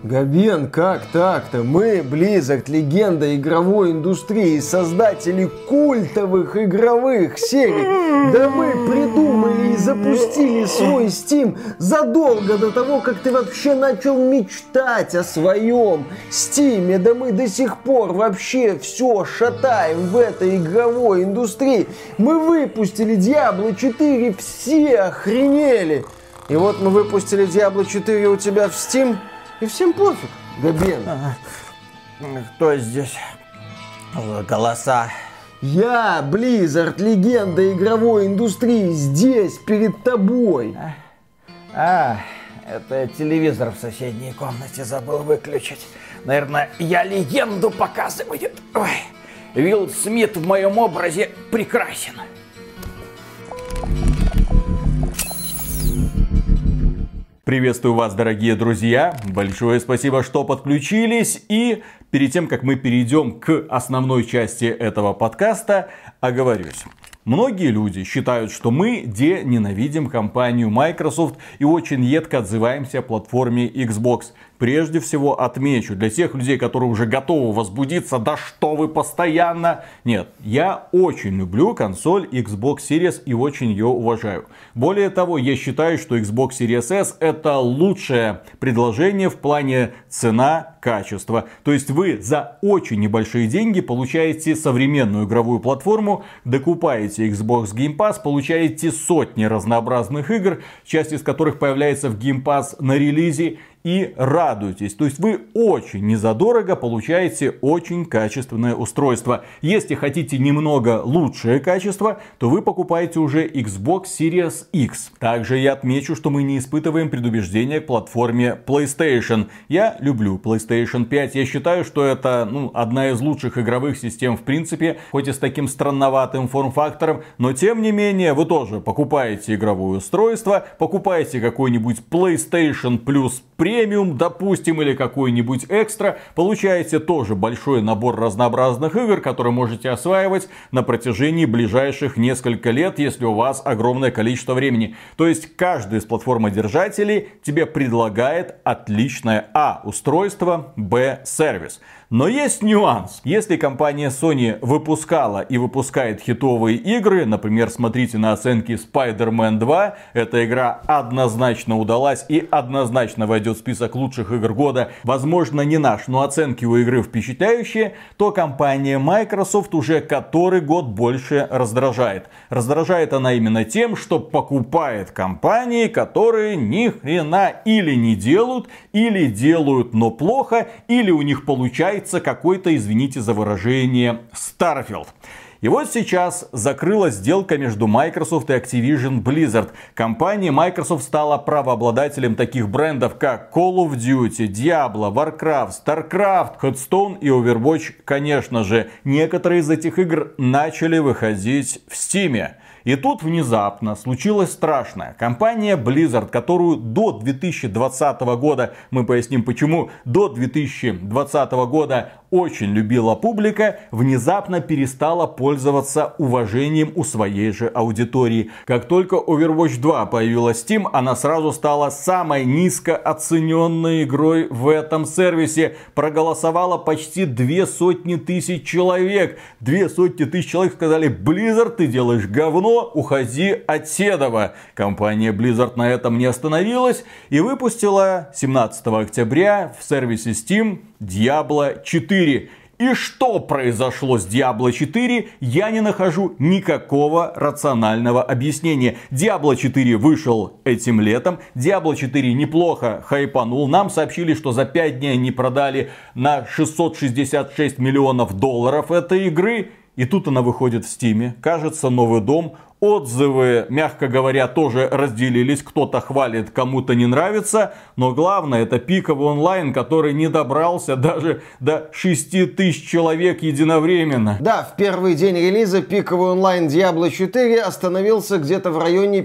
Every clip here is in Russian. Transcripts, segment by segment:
Габен, как так-то? Мы, Blizzard, легенда игровой индустрии, создатели культовых игровых серий. Да мы придумали и запустили свой Steam задолго до того, как ты вообще начал мечтать о своем Steam. Да мы до сих пор вообще все шатаем в этой игровой индустрии. Мы выпустили Diablo 4, все охренели. И вот мы выпустили Diablo 4 у тебя в Steam, и всем пофиг, Габен. Кто здесь? Голоса. Я, Blizzard, легенда игровой индустрии, здесь, перед тобой. Это я телевизор в соседней комнате забыл выключить. Наверное, я легенду показываю. Ой, Уилл Смит в моем образе прекрасен. Приветствую вас, дорогие друзья. Большое спасибо, что подключились. И перед тем, как мы перейдем к основной части этого подкаста, оговорюсь. Многие люди считают, что мы ненавидим компанию Microsoft и очень едко отзываемся о платформе Xbox. Прежде всего отмечу, для тех людей, которые уже готовы возбудиться, да что вы постоянно... Нет, я очень люблю консоль Xbox Series и очень ее уважаю. Более того, я считаю, что Xbox Series S это лучшее предложение в плане цена-качество. То есть вы за очень небольшие деньги получаете современную игровую платформу, докупаете Xbox Game Pass, получаете сотни разнообразных игр, часть из которых появляется в Game Pass на релизе, и радуйтесь. То есть вы очень незадорого получаете очень качественное устройство. Если хотите немного лучшее качество, то вы покупаете уже Xbox Series X. Также я отмечу, что мы не испытываем предубеждения к платформе PlayStation. Я люблю PlayStation 5. Я считаю, что это одна из лучших игровых систем в принципе, хоть и с таким странноватым форм-фактором. Но тем не менее, вы тоже покупаете игровое устройство, покупаете какой-нибудь PlayStation Plus премиум, допустим, или какой-нибудь экстра, получаете тоже большой набор разнообразных игр, которые можете осваивать на протяжении ближайших нескольких лет, если у вас огромное количество времени. То есть каждый из платформодержателей тебе предлагает отличное устройство, сервис. Но есть нюанс. Если компания Sony выпускала и выпускает хитовые игры, например, смотрите на оценки Spider-Man 2, эта игра однозначно удалась и однозначно войдет в список лучших игр года. Возможно, не наш, но оценки у игры впечатляющие, то компания Microsoft уже который год больше раздражает. Раздражает она именно тем, что покупает компании, которые ни хрена или не делают, или делают, но плохо, или у них получается какой-то, извините за выражение, Starfield. И вот сейчас закрылась сделка между Microsoft и Activision Blizzard. Компания Microsoft стала правообладателем таких брендов, как Call of Duty, Diablo, Warcraft, Starcraft, Hearthstone и Overwatch, конечно же. Некоторые из этих игр начали выходить в Steam. И тут внезапно случилось страшное. Компания Blizzard, которую до 2020 года, мы поясним почему, до 2020 года очень любила публика, внезапно перестала пользоваться уважением у своей же аудитории. Как только Overwatch 2 появилась в Steam, она сразу стала самой низко оцененной игрой в этом сервисе. Проголосовало почти 200 тысяч человек. 200 тысяч человек сказали: Blizzard, ты делаешь говно, уходи от седова. Компания Blizzard на этом не остановилась и выпустила 17 октября в сервисе Steam Diablo 4. И что произошло с Diablo 4, я не нахожу никакого рационального объяснения. Diablo 4 вышел этим летом. Diablo 4 неплохо хайпанул. Нам сообщили, что за 5 дней они продали на 666 миллионов долларов этой игры. И тут она выходит в Стиме. Кажется, новый дом. Отзывы, мягко говоря, тоже разделились. Кто-то хвалит, кому-то не нравится. Но главное, это пиковый онлайн, который не добрался даже до 6 тысяч человек единовременно. Да, в первый день релиза пиковый онлайн Diablo 4 остановился где-то в районе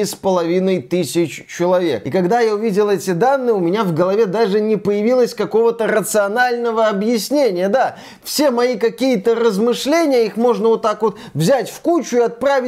5500 человек. И когда я увидел эти данные, у меня в голове даже не появилось какого-то рационального объяснения. Да, все мои какие-то размышления, их можно вот так вот взять в кучу и отправить в категорию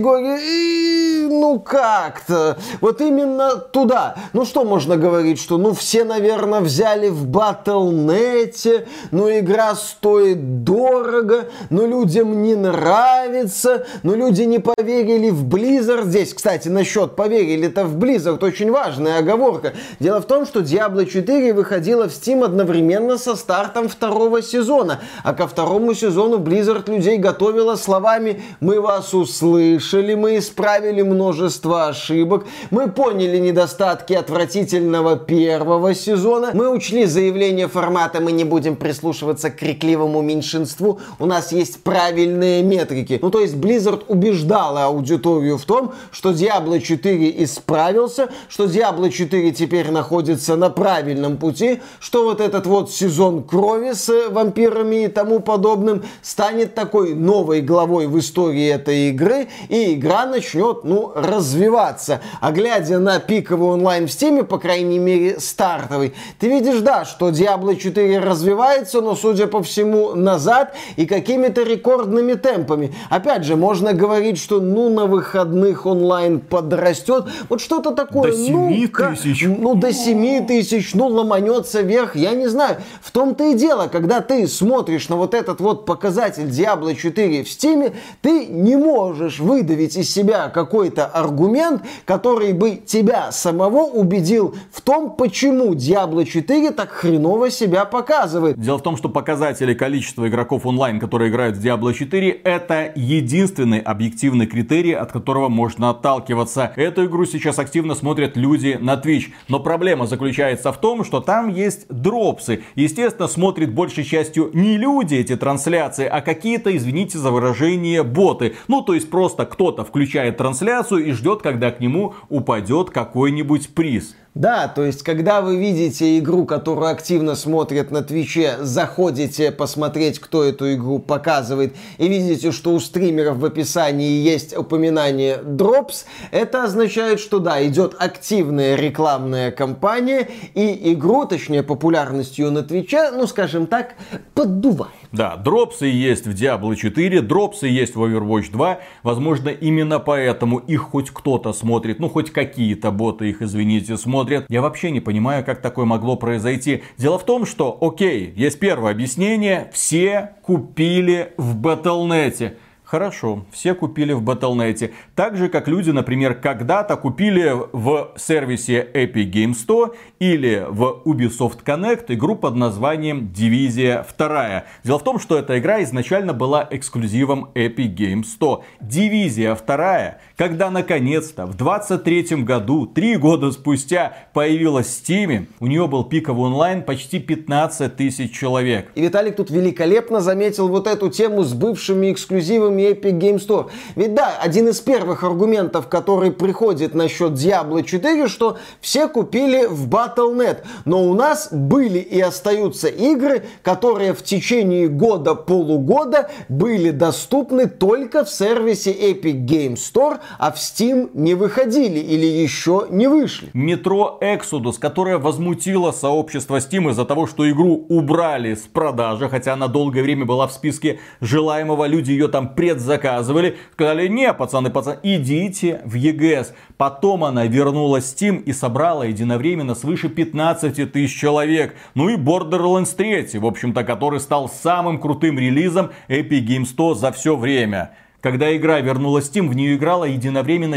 категории, ну как-то, вот именно туда. Ну что можно говорить, что ну все, наверное, взяли в Battle.net, ну игра стоит дорого, но людям не нравится, но люди не поверили в Blizzard. Здесь, кстати, насчет поверили-то в Blizzard очень важная оговорка. Дело в том, что Diablo 4 выходила в Steam одновременно со стартом второго сезона, а ко второму сезону Blizzard людей готовила словами: мы вас услышали, мы исправили множество ошибок, мы поняли недостатки отвратительного первого сезона, мы учли заявление формата, мы не будем прислушиваться к крикливому меньшинству, у нас есть правильные метрики. Ну то есть Blizzard убеждала аудиторию в том, что Diablo 4 исправился, что Diablo 4 теперь находится на правильном пути, что вот этот вот сезон крови с вампирами и тому подобным станет такой новой главой в истории этой игры, и игра начнет, ну, развиваться. А глядя на пиковый онлайн в Steam, по крайней мере стартовый, ты видишь, да, что Diablo 4 развивается, но, судя по всему, назад и какими-то рекордными темпами. Опять же, можно говорить, что ну на выходных онлайн подрастет, вот что-то такое. До 7 тысяч. Ну, до 7 тысяч, ну, ломанется вверх, я не знаю. В том-то и дело, когда ты смотришь на вот этот вот показатель Diablo 4 в Steam, ты не можешь выдавить из себя какой-то аргумент, который бы тебя самого убедил в том, почему Diablo 4 так хреново себя показывает. Дело в том, что показатели количества игроков онлайн, которые играют в Diablo 4, это единственный объективный критерий, от которого можно отталкиваться. Эту игру сейчас активно смотрят люди на Twitch. Но проблема заключается в том, что там есть дропсы. Естественно, смотрят большей частью не люди эти трансляции, а какие-то, извините за выражение, боты. Ну, то есть просто кто-то включает трансляцию и ждет, когда к нему упадет какой-нибудь приз. Да, то есть, когда вы видите игру, которую активно смотрят на Твиче, заходите посмотреть, кто эту игру показывает, и видите, что у стримеров в описании есть упоминание Drops, это означает, что да, идет активная рекламная кампания, и игру, точнее, популярностью на Твиче, ну, скажем так, поддувает. Да, дропсы есть в Diablo 4, дропсы есть в Overwatch 2. Возможно, именно поэтому их хоть кто-то смотрит. Ну, хоть какие-то боты их, извините, смотрят. Я вообще не понимаю, как такое могло произойти. Дело в том, что, окей, есть первое объяснение. Все купили в Battle.net. Хорошо, все купили в Battle.net. Так же, как люди, например, когда-то купили в сервисе Epic Games Store или в Ubisoft Connect игру под названием Дивизия 2. Дело в том, что эта игра изначально была эксклюзивом Epic Games Store. Дивизия 2, когда наконец-то в 23 году, 3 года спустя, появилась в Steam, у нее был пиковый онлайн почти 15 тысяч человек. И Виталик тут великолепно заметил вот эту тему с бывшими эксклюзивами Epic Games Store. Ведь да, один из первых аргументов, который приходит насчет Diablo 4, что все купили в Battle.net. Но у нас были и остаются игры, которые в течение года-полугода были доступны только в сервисе Epic Games Store, а в Steam не выходили или еще не вышли. Metro Exodus, которая возмутила сообщество Steam из-за того, что игру убрали с продажи, хотя она долгое время была в списке желаемого, люди ее там предзаказывали, сказали: не, пацаны, идите в EGS. Потом она вернулась в Steam и собрала единовременно свыше 15 тысяч человек. Ну и Borderlands 3, в общем-то, который стал самым крутым релизом Epic Games Store за все время. Когда игра вернулась в Steam, в нее играло единовременно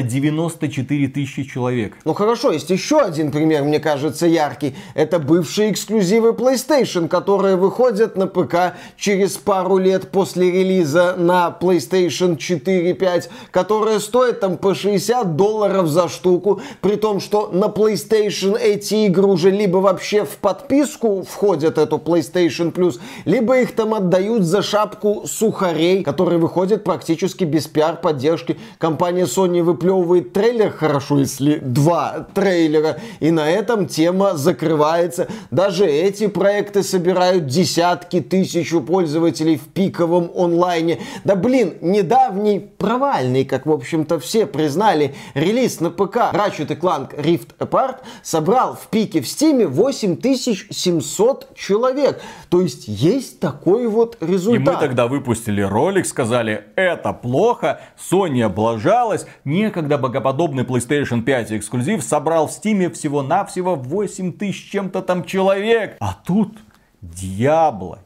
94 тысячи человек. Ну хорошо, есть еще один пример, мне кажется, яркий. Это бывшие эксклюзивы PlayStation, которые выходят на ПК через пару лет после релиза на PlayStation 4-5, которые стоят там по $60 за штуку, при том, что на PlayStation эти игры уже либо вообще в подписку входят, эту PlayStation Plus, либо их там отдают за шапку сухарей, которые выходят практически без пиар-поддержки. Компания Sony выплевывает трейлер, хорошо, если 2 трейлера, и на этом тема закрывается. Даже эти проекты собирают десятки тысяч пользователей в пиковом онлайне. Да блин, недавний провальный, как в общем-то все признали, релиз на ПК Ratchet & Clank Rift Apart собрал в пике в Steam 8700 человек. То есть есть такой вот результат. И мы тогда выпустили ролик, сказали: это плохо, Sony облажалась. Некогда богоподобный PlayStation 5 эксклюзив собрал в Steam всего-навсего 8 тысяч чем-то там человек. А тут Diablo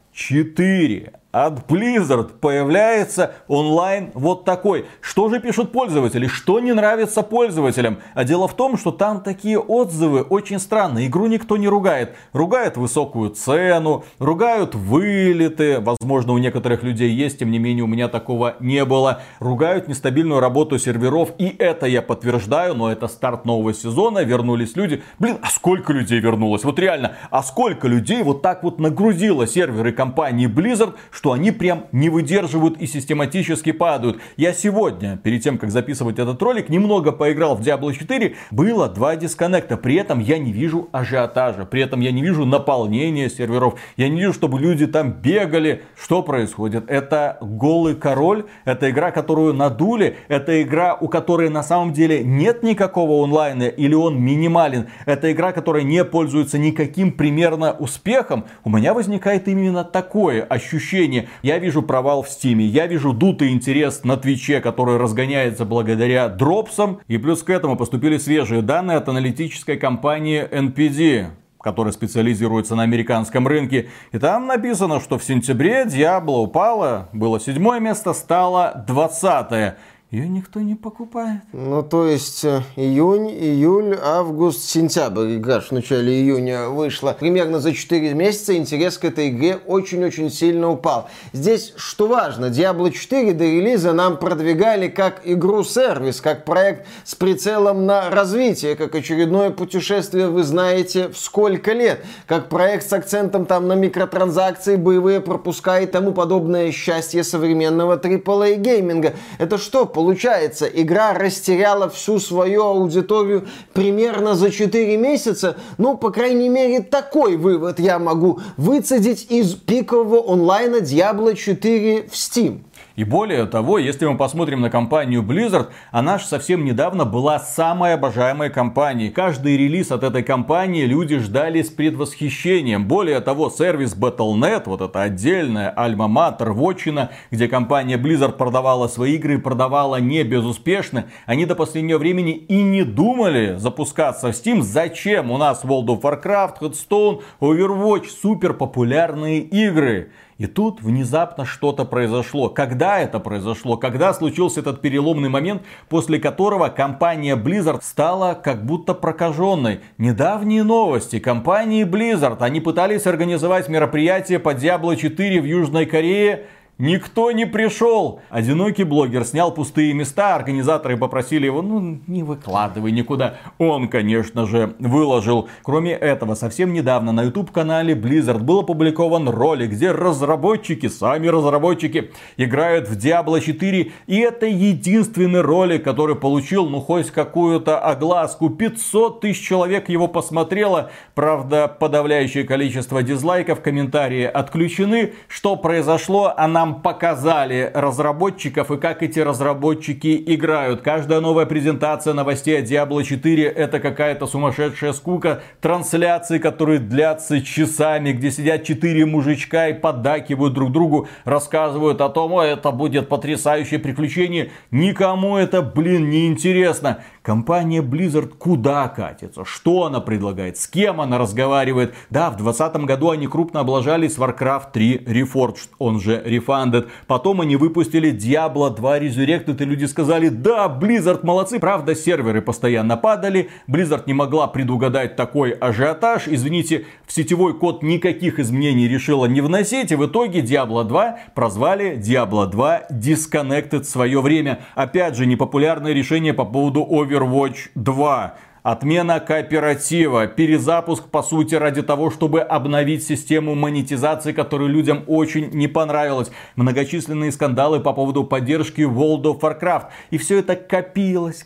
4 от Blizzard появляется онлайн вот такой. Что же пишут пользователи? Что не нравится пользователям? А дело в том, что там такие отзывы очень странные. Игру никто не ругает. Ругают высокую цену, ругают вылеты. Возможно, у некоторых людей есть, тем не менее у меня такого не было. Ругают нестабильную работу серверов. И это я подтверждаю, но это старт нового сезона. Вернулись люди. Блин, а сколько людей вернулось? Вот реально, а сколько людей вот так вот нагрузило серверы компании Blizzard, что они прям не выдерживают и систематически падают. Я сегодня, перед тем как записывать этот ролик, немного поиграл в Diablo 4. Было 2 дисконнекта. При этом я не вижу ажиотажа. При этом я не вижу наполнения серверов. Я не вижу, чтобы люди там бегали. Что происходит? Это голый король. Это игра, которую надули. Это игра, у которой на самом деле нет никакого онлайна или он минимален. Это игра, которая не пользуется никаким примерно успехом. У меня возникает именно такое ощущение. Я вижу провал в Стиме, я вижу дутый интерес на Твиче, который разгоняется благодаря дропсам. И плюс к этому поступили свежие данные от аналитической компании NPD, которая специализируется на американском рынке. И там написано, что в сентябре Diablo упала, было 7 место, стало 20-е. Ее никто не покупает. Ну, то есть, июнь, июль, август, сентябрь. Игра в начале июня вышла. Примерно за 4 месяца интерес к этой игре очень-очень сильно упал. Здесь, что важно, Diablo 4 до релиза нам продвигали как игру-сервис, как проект с прицелом на развитие, как очередное путешествие, вы знаете, в сколько лет. Как проект с акцентом там на микротранзакции, боевые пропуска и тому подобное счастье современного AAA гейминга. Это что, получается, игра растеряла всю свою аудиторию примерно за 4 месяца? Ну, по крайней мере, такой вывод я могу выцедить из пикового онлайна Diablo 4 в Steam. И более того, если мы посмотрим на компанию Blizzard, она же совсем недавно была самой обожаемой компанией. Каждый релиз от этой компании люди ждали с предвосхищением. Более того, сервис Battle.net, вот это отдельная альма-матер, вотчина, где компания Blizzard продавала свои игры, продавала не безуспешно, они до последнего времени и не думали запускаться в Steam. Зачем? У нас World of Warcraft, Hearthstone, Overwatch, супер популярные игры. И тут внезапно что-то произошло. Когда это произошло? Когда случился этот переломный момент, после которого компания Blizzard стала как будто прокаженной? Недавние новости. Компании Blizzard, они пытались организовать мероприятие по Diablo 4 в Южной Корее. Никто не пришел. Одинокий блогер снял пустые места. Организаторы попросили его, не выкладывай никуда. Он, конечно же, выложил. Кроме этого, совсем недавно на YouTube-канале Blizzard был опубликован ролик, где разработчики, сами разработчики, играют в Diablo 4. И это единственный ролик, который получил, хоть какую-то огласку. 500 тысяч человек его посмотрело. Правда, подавляющее количество дизлайков, комментарии отключены. Что произошло? Нам показали разработчиков и как эти разработчики играют. Каждая новая презентация новостей о Diablo 4 это какая-то сумасшедшая скука. Трансляции, которые длятся часами, где сидят 4 мужичка и поддакивают друг другу, рассказывают о том, это будет потрясающее приключение. Никому это, не интересно. Компания Blizzard куда катится? Что она предлагает? С кем она разговаривает? Да, в 2020 году они крупно облажались с Warcraft 3 Reforged, он же Refunded. Потом они выпустили Diablo 2 Resurrected, и люди сказали, да, Blizzard молодцы. Правда, серверы постоянно падали. Blizzard не могла предугадать такой ажиотаж. Извините, в сетевой код никаких изменений решила не вносить. И в итоге Diablo 2 прозвали Diablo 2 Disconnected в свое время. Опять же, непопулярное решение по поводу Overwatch 2. Отмена кооператива, перезапуск по сути ради того, чтобы обновить систему монетизации, которая людям очень не понравилась. Многочисленные скандалы по поводу поддержки World of Warcraft. И все это копилось.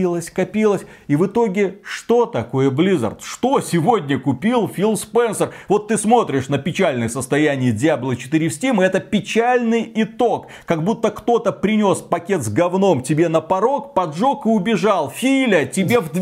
И в итоге, что такое Blizzard? Что сегодня купил Фил Спенсер? Вот ты смотришь на печальное состояние Diablo 4 в Steam, и это печальный итог. Как будто кто-то принес пакет с говном тебе на порог, поджег и убежал. Филя, тебе в дверь позвонили.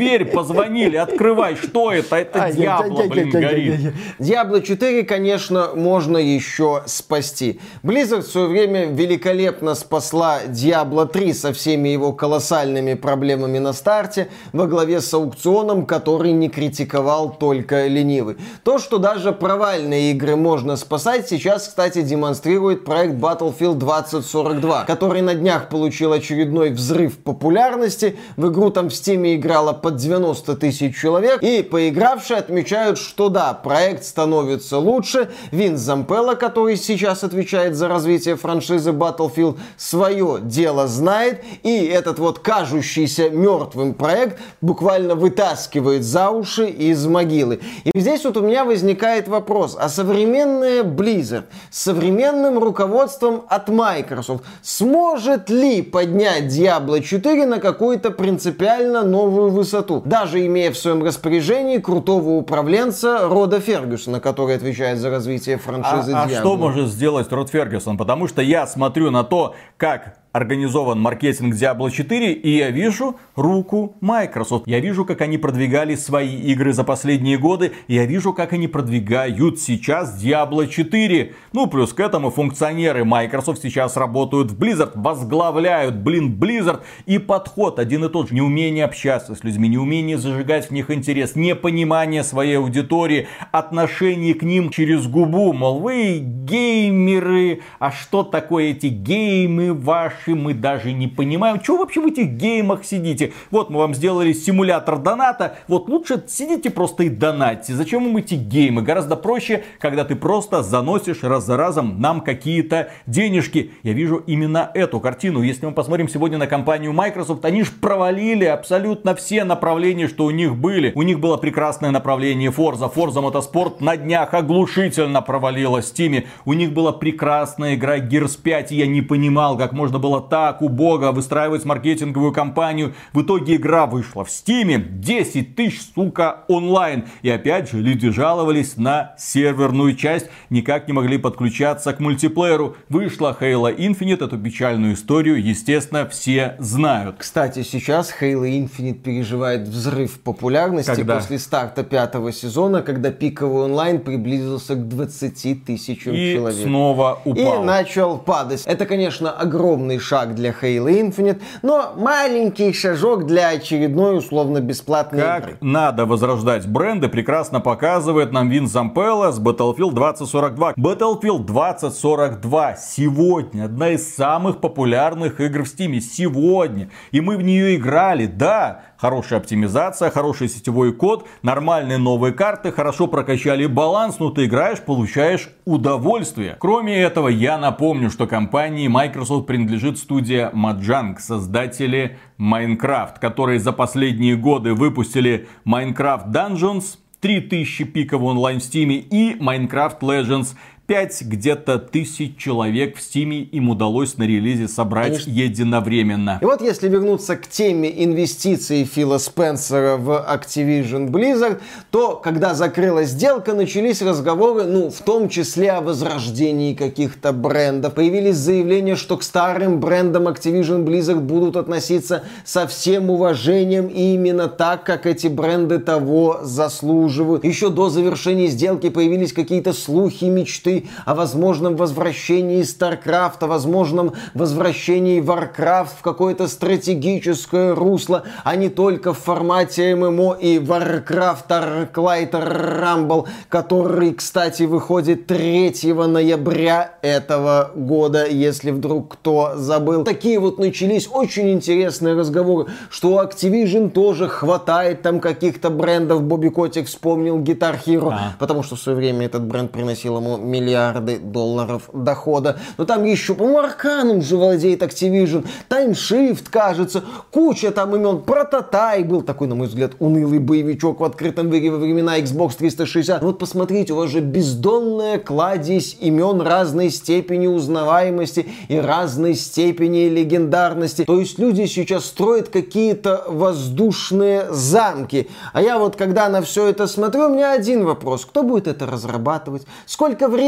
позвонили, открывай, что это? Это Diablo, блин, горит. Diablo 4, конечно, можно еще спасти. Blizzard в свое время великолепно спасла Diablo 3 со всеми его колоссальными проблемами на старте, во главе с аукционом, который не критиковал только ленивый. То, что даже провальные игры можно спасать, сейчас, кстати, демонстрирует проект Battlefield 2042, который на днях получил очередной взрыв популярности. В игру там в Steam играло под 90 тысяч человек, и поигравшие отмечают, что да, проект становится лучше. Винс Зампелло, который сейчас отвечает за развитие франшизы Battlefield, свое дело знает, и этот вот кажущийся мертвым проект буквально вытаскивает за уши из могилы. И здесь вот у меня возникает вопрос, а современная Blizzard с современным руководством от Microsoft сможет ли поднять Diablo 4 на какую-то принципиально новую высоту, даже имея в своем распоряжении крутого управленца Рода Фергюсона, который отвечает за развитие франшизы Diablo? А что может сделать Род Фергюсон? Потому что я смотрю на то, как организован маркетинг Diablo 4, и я вижу руку Microsoft. Я вижу, как они продвигали свои игры за последние годы, и я вижу, как они продвигают сейчас Diablo 4. Ну, плюс к этому функционеры Microsoft сейчас работают в Blizzard, возглавляют, Blizzard, и подход один и тот же. Неумение общаться с людьми, неумение зажигать в них интерес, непонимание своей аудитории, отношение к ним через губу, мол, вы геймеры, а что такое эти геймы ваши? Мы даже не понимаем, что вообще в этих геймах сидите. Вот мы вам сделали симулятор доната, вот лучше сидите просто и донатьте. Зачем вам эти геймы? Гораздо проще, когда ты просто заносишь раз за разом нам какие-то денежки. Я вижу именно эту картину. Если мы посмотрим сегодня на компанию Microsoft, они же провалили абсолютно все направления, что у них были. У них было прекрасное направление Forza Motorsport на днях оглушительно провалилась в Steam. У них была прекрасная игра Gears 5, и я не понимал, как можно было так убого выстраивать маркетинговую кампанию. В итоге игра вышла в Steam, 10 тысяч, сука, онлайн. И опять же, люди жаловались на серверную часть, никак не могли подключаться к мультиплееру. Вышла Halo Infinite, эту печальную историю, естественно, все знают. Кстати, сейчас Halo Infinite переживает взрыв популярности после старта 5-го сезона, когда пиковый онлайн приблизился к 20 тысячам человек. И снова упал. И начал падать. Это, конечно, огромный шаг для Halo Infinite, но маленький шажок для очередной условно-бесплатной игры. Как надо возрождать бренды, прекрасно показывает нам Винс Зампелло с Battlefield 2042. Battlefield 2042 сегодня одна из самых популярных игр в Steam. Сегодня. И мы в нее играли, да. Хорошая оптимизация, хороший сетевой код, нормальные новые карты, хорошо прокачали баланс, но ты играешь, получаешь удовольствие. Кроме этого, я напомню, что компании Microsoft принадлежит студия Mojang, создатели Minecraft, которые за последние годы выпустили Minecraft Dungeons, 3000 пиков онлайн в Steam, и Minecraft Legends. 5 где-то тысяч человек в Steam им удалось на релизе собрать единовременно. И вот если вернуться к теме инвестиций Фила Спенсера в Activision Blizzard, то когда закрылась сделка, начались разговоры, в том числе о возрождении каких-то брендов. Появились заявления, что к старым брендам Activision Blizzard будут относиться со всем уважением и именно так, как эти бренды того заслуживают. Еще до завершения сделки появились какие-то слухи, мечты о возможном возвращении StarCraft, о возможном возвращении Warcraft в какое-то стратегическое русло, а не только в формате ММО и Warcraft Arclight Rumble, который, кстати, выходит 3 ноября этого года, если вдруг кто забыл. Такие вот начались очень интересные разговоры, что у Activision тоже хватает там каких-то брендов. Бобби Котик вспомнил Guitar Hero, потому что в свое время этот бренд приносил ему миллиарды долларов дохода. Но там еще, по-моему, Arcanum же владеет Activision, Time Shift, кажется, куча там имен. Prototype был такой, на мой взгляд, унылый боевичок в открытом мире во времена Xbox 360. Вот посмотрите, у вас же бездонная кладезь имен разной степени узнаваемости и разной степени легендарности. То есть люди сейчас строят какие-то воздушные замки. А я вот, когда на все это смотрю, у меня один вопрос. Кто будет это разрабатывать? Сколько времени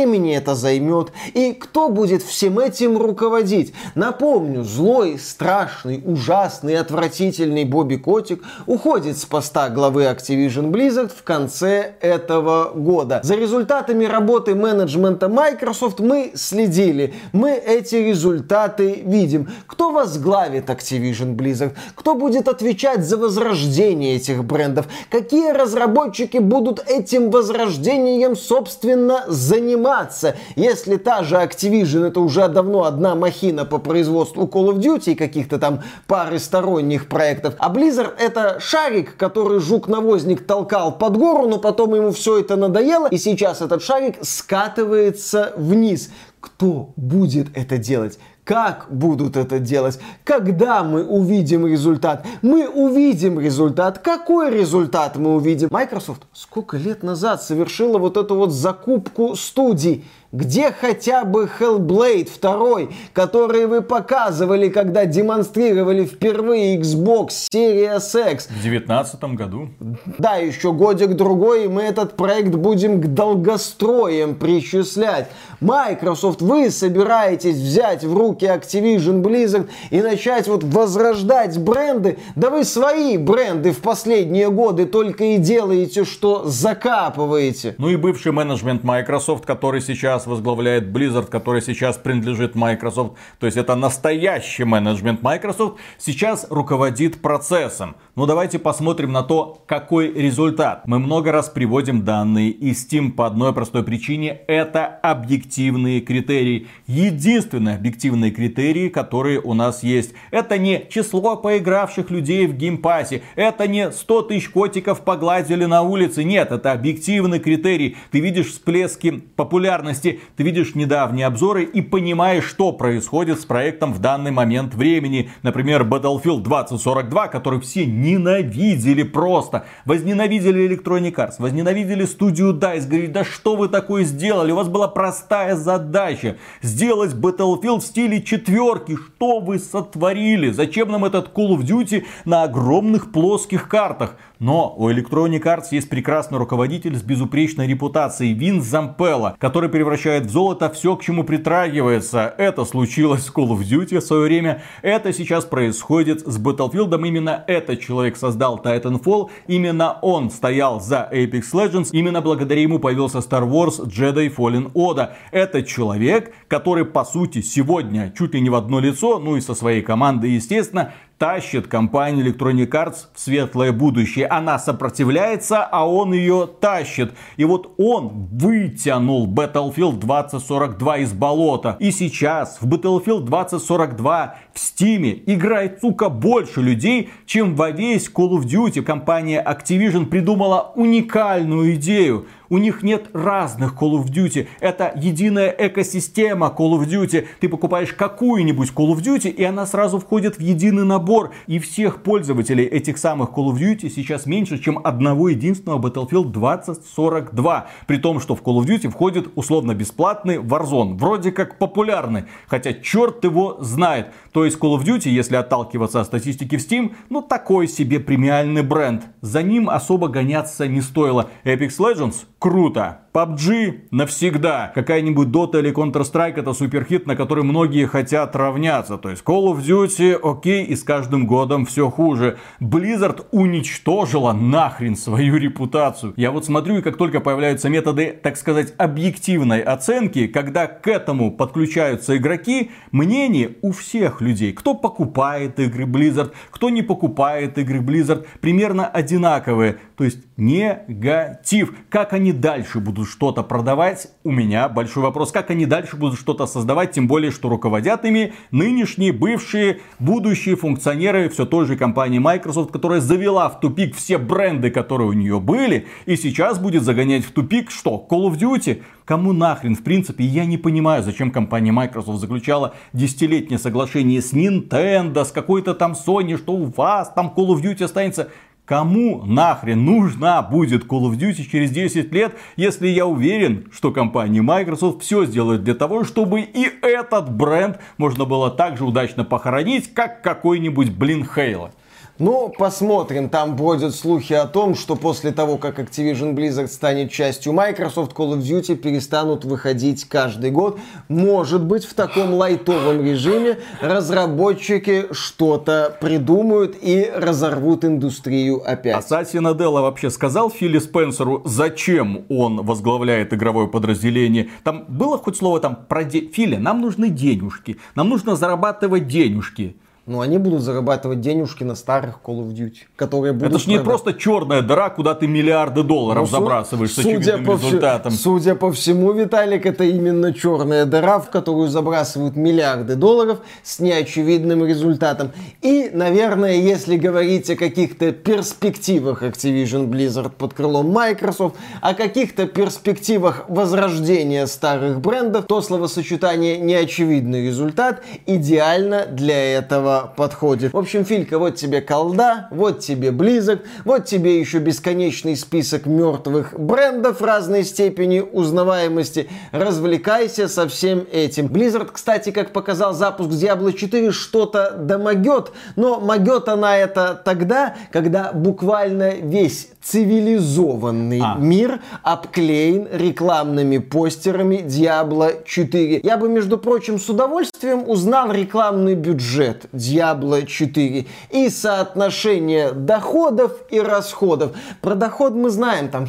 времени это займет и кто будет всем этим руководить. Напомню, злой, страшный, ужасный, отвратительный Бобби Котик уходит с поста главы Activision Blizzard в конце этого года. За результатами работы менеджмента Microsoft мы следили. Мы эти результаты видим. Кто возглавит Activision Blizzard? Кто будет отвечать за возрождение этих брендов? Какие разработчики будут этим возрождением, собственно, заниматься? Если та же Activision это уже давно одна махина по производству Call of Duty и каких-то там пары сторонних проектов, а Blizzard это шарик, который жук-навозник толкал под гору, но потом ему все это надоело, и сейчас этот шарик скатывается вниз. Кто будет это делать? Как будут это делать? Когда мы увидим результат? Мы увидим результат. Какой результат мы увидим? Microsoft сколько лет назад совершила вот эту вот закупку студий? Где хотя бы Hellblade 2, который вы показывали, когда демонстрировали впервые Xbox Series X? В 2019 году. Да, еще годик-другой, и мы этот проект будем к долгостроям причислять. Microsoft, вы собираетесь взять в руки Activision Blizzard и начать вот возрождать бренды? Да вы свои бренды в последние годы только и делаете, что закапываете. Ну и бывший менеджмент Microsoft, который сейчас возглавляет Blizzard, который сейчас принадлежит Microsoft, то есть это настоящий менеджмент Microsoft, сейчас руководит процессом. Но давайте посмотрим на то, какой результат. Мы много раз приводим данные из Steam по одной простой причине. Это объективные критерии. Единственные объективные критерии, которые у нас есть. Это не число поигравших людей в геймпассе. Это не 100 тысяч котиков погладили на улице. Нет, это объективный критерий. Ты видишь всплески популярности, ты видишь недавние обзоры и понимаешь, что происходит с проектом в данный момент времени. Например, Battlefield 2042, который все ненавидели просто. Возненавидели Electronic Arts, возненавидели студию DICE. Говорили, да что вы такое сделали? У вас была простая задача. Сделать Battlefield в стиле четверки. Что вы сотворили? Зачем нам этот Call of Duty на огромных плоских картах? Но у Electronic Arts есть прекрасный руководитель с безупречной репутацией Винс Зампелло, который превращает в золото все, к чему притрагивается. Это случилось с Call of Duty в свое время. Это сейчас происходит с Battlefield. Именно этот человек создал Titanfall. Именно он стоял за Apex Legends. Именно благодаря ему появился Star Wars Jedi Fallen Order. Это человек, который по сути сегодня чуть ли не в одно лицо, ну и со своей командой, естественно, тащит компанию Electronic Arts в светлое будущее. Она сопротивляется, а он ее тащит. И вот он вытянул Battlefield 2042 из болота. И сейчас в Battlefield 2042 в Steam играет, сука, больше людей, чем во весь Call of Duty. Компания Activision придумала уникальную идею. У них нет разных Call of Duty. Это единая экосистема Call of Duty. Ты покупаешь какую-нибудь Call of Duty, и она сразу входит в единый набор. И всех пользователей этих самых Call of Duty сейчас меньше, чем одного единственного Battlefield 2042. При том, что в Call of Duty входит условно бесплатный Warzone. Вроде как популярный. Хотя черт его знает. То есть Call of Duty, если отталкиваться от статистики в Steam, ну такой себе премиальный бренд. За ним особо гоняться не стоило. Apex Legends круто. PUBG навсегда. Какая-нибудь Dota или Counter-Strike это суперхит, на который многие хотят равняться. То есть Call of Duty окей, и с каждым годом все хуже. Blizzard уничтожила нахрен свою репутацию. Я вот смотрю, и как только появляются методы, так сказать, объективной оценки, когда к этому подключаются игроки, мнение у всех людей, кто покупает игры Blizzard, кто не покупает игры Blizzard, примерно одинаковые. То есть негатив. Как они дальше будут что-то продавать? У меня большой вопрос. Как они дальше будут что-то создавать? Тем более, что руководят ими нынешние, бывшие, будущие функционеры все той же компании Microsoft, которая завела в тупик все бренды, которые у нее были. И сейчас будет загонять в тупик что? Call of Duty? Кому нахрен? В принципе, я не понимаю, зачем компания Microsoft заключала десятилетнее соглашение с Nintendo, с какой-то там Sony, что у вас там Call of Duty останется. Кому нахрен нужна будет Call of Duty через 10 лет, если я уверен, что компания Microsoft все сделает для того, чтобы и этот бренд можно было так же удачно похоронить, как какой-нибудь, Halo. Ну, посмотрим. Там бродят слухи о том, что после того, как Activision Blizzard станет частью Microsoft, Call of Duty перестанут выходить каждый год. Может быть, в таком лайтовом режиме разработчики что-то придумают и разорвут индустрию опять. А Сатья Наделла вообще сказал Филу Спенсеру, зачем он возглавляет игровое подразделение? Там было хоть слово там про Филя, нам нужны денежки, нам нужно зарабатывать денежки. Ну, они будут зарабатывать денежки на старых Call of Duty, которые будут... Это ж не просто черная дыра, куда ты миллиарды долларов забрасываешь с очевидным результатом. Судя по всему, Виталик, это именно черная дыра, в которую забрасывают миллиарды долларов с неочевидным результатом. И, наверное, если говорить о каких-то перспективах Activision Blizzard под крылом Microsoft, о каких-то перспективах возрождения старых брендов, то словосочетание «неочевидный результат» идеально для этого подходит. В общем, Филька, вот тебе колда, вот тебе Blizzard, вот тебе еще бесконечный список мертвых брендов разной степени узнаваемости. Развлекайся со всем этим. Blizzard, кстати, как показал запуск Diablo 4, что-то домогет, но могет она это тогда, когда буквально весь цивилизованный мир обклеен рекламными постерами Diablo 4. Я бы, между прочим, с удовольствием узнал рекламный бюджет Diablo 4 и соотношение доходов и расходов. Про доход мы знаем, там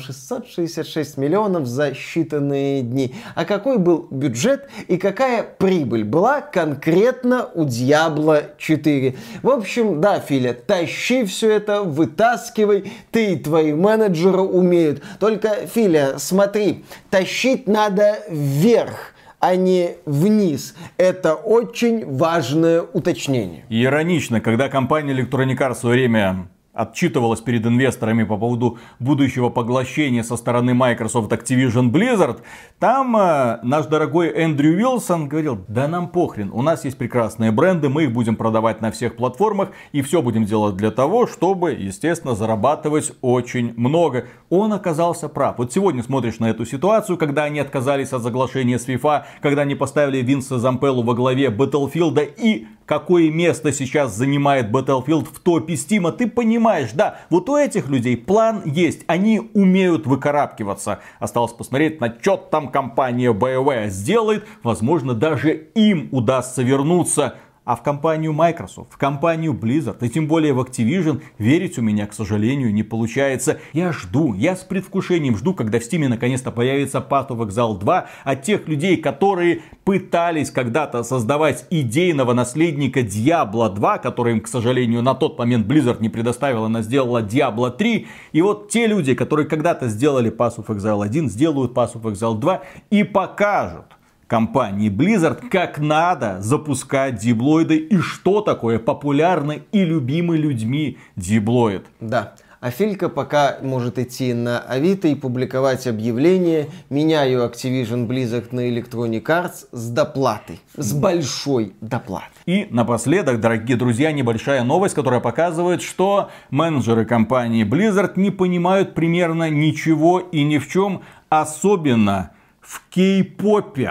666 миллионов за считанные дни. А какой был бюджет и какая прибыль была конкретно у Diablo 4? В общем, да, Филя, тащи все это, вытаскивай, ты и твои менеджеры умеют. Только, Филя, смотри, тащить надо вверх, а не вниз. Это очень важное уточнение. И иронично, когда компания Electronic Arts в свое время отчитывалась перед инвесторами по поводу будущего поглощения со стороны Microsoft Activision Blizzard, там наш дорогой Эндрю Уилсон говорил, да нам похрен, у нас есть прекрасные бренды, мы их будем продавать на всех платформах и все будем делать для того, чтобы, естественно, зарабатывать очень много. Он оказался прав. Вот сегодня смотришь на эту ситуацию, когда они отказались от соглашения с FIFA, когда они поставили Винса Зампеллу во главе Battlefield, и какое место сейчас занимает Battlefield в топе Стима, ты понимаешь, да, вот у этих людей план есть, они умеют выкарабкиваться. Осталось посмотреть, на что там компания BioWare сделает, возможно, даже им удастся вернуться. А в компанию Microsoft, в компанию Blizzard, и тем более в Activision, верить у меня, к сожалению, не получается. Я жду, я с предвкушением жду, когда в Steam наконец-то появится Path of Exile 2 от тех людей, которые пытались когда-то создавать идейного наследника Diablo 2, который им, к сожалению, на тот момент Blizzard не предоставила, она сделала Diablo 3. И вот те люди, которые когда-то сделали Path of Exile 1, сделают Path of Exile 2 и покажут компании Blizzard, как надо запускать диблоиды и что такое популярный и любимый людьми диблоид. Да. А Филька пока может идти на Авито и публиковать объявление «Меняю Activision Blizzard на Electronic Arts с доплатой». С большой доплатой. И напоследок, дорогие друзья, небольшая новость, которая показывает, что менеджеры компании Blizzard не понимают примерно ничего и ни в чем, особенно в кей-попе.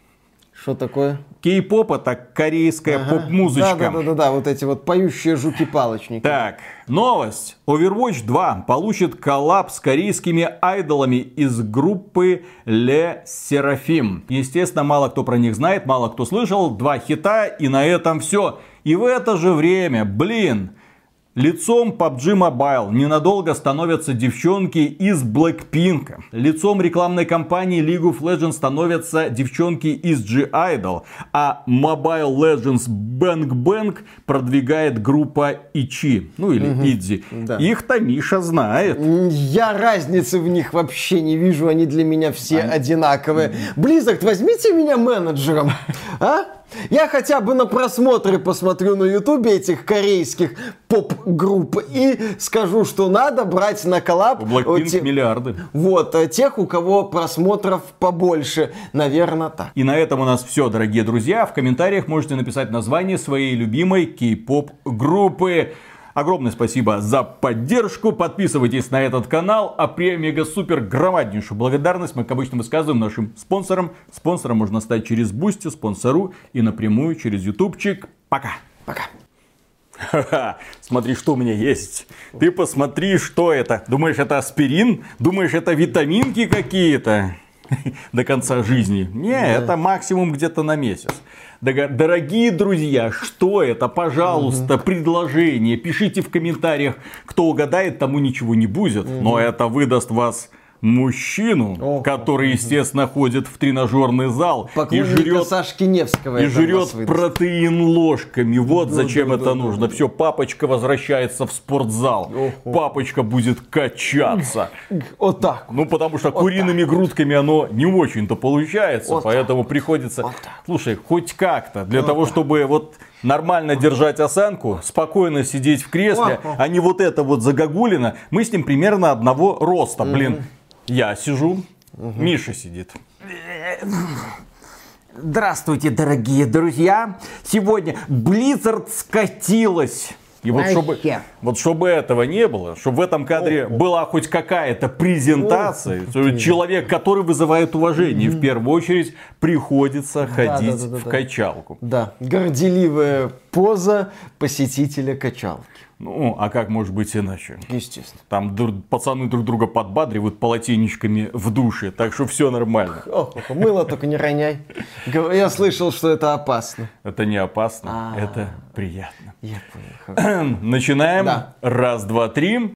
Что такое? Кей-поп — это корейская поп-музычка. Да, вот эти вот поющие жуки-палочники. Так, новость. Overwatch 2 получит коллаб с корейскими айдолами из группы Le Sserafim. Естественно, мало кто про них знает, мало кто слышал. 2 хита, и на этом все. И в это же время, лицом PUBG Mobile ненадолго становятся девчонки из Blackpink. Лицом рекламной кампании League of Legends становятся девчонки из G-Idol. А Mobile Legends Bang Bang продвигает группа Ичи. Ну или Идзи. Да. Их-то Миша знает. Я разницы в них вообще не вижу. Они для меня все одинаковые. Blizzard, возьмите меня менеджером. А? Я хотя бы на просмотры посмотрю на ютубе этих корейских поп-групп и скажу, что надо брать на коллаб миллиарды. Вот, тех, у кого просмотров побольше. Наверное, так. И на этом у нас все, дорогие друзья. В комментариях можете написать название своей любимой кей-поп группы. Огромное спасибо за поддержку. Подписывайтесь на этот канал. А мега-супер громаднейшую благодарность мы, как обычно, высказываем нашим спонсорам. Спонсором можно стать через Boosty, спонсору и напрямую через ютубчик. Пока. Пока. Ха-ха, смотри, что у меня есть. Ты посмотри, что это. Думаешь, это аспирин? Думаешь, это витаминки какие-то? До конца жизни. Не, это максимум где-то на месяц. Дорогие друзья, что это? Пожалуйста, предложение. Пишите в комментариях. Кто угадает, тому ничего не будет. Но это выдаст вас мужчину, который, естественно, ходит в тренажерный зал и жрет, Сашки Невского. и жрет протеин ложками. Вот зачем это нужно. Все, папочка возвращается в спортзал. Папочка будет качаться. Вот так. Ну, потому что куриными грудками оно не очень-то получается. Вот поэтому приходится... Слушай, хоть как-то. Для того, чтобы вот нормально держать осанку, спокойно сидеть в кресле, а не вот это вот загогулина. Мы с ним примерно одного роста. Блин, я сижу, Миша сидит. Здравствуйте, дорогие друзья. Сегодня Blizzard скатилась. И вот чтобы этого не было, чтобы в этом кадре была хоть какая-то презентация, человек, который вызывает уважение, в первую очередь приходится ходить в качалку. Да, горделивая поза посетителя качалки. Ну, а как может быть иначе? Естественно. Там пацаны друг друга подбадривают полотенечками в душе, так что все нормально. Мыло только не роняй. Я слышал, что это опасно. Это не опасно, это приятно. Я понял. Начинаем. Раз, два, три.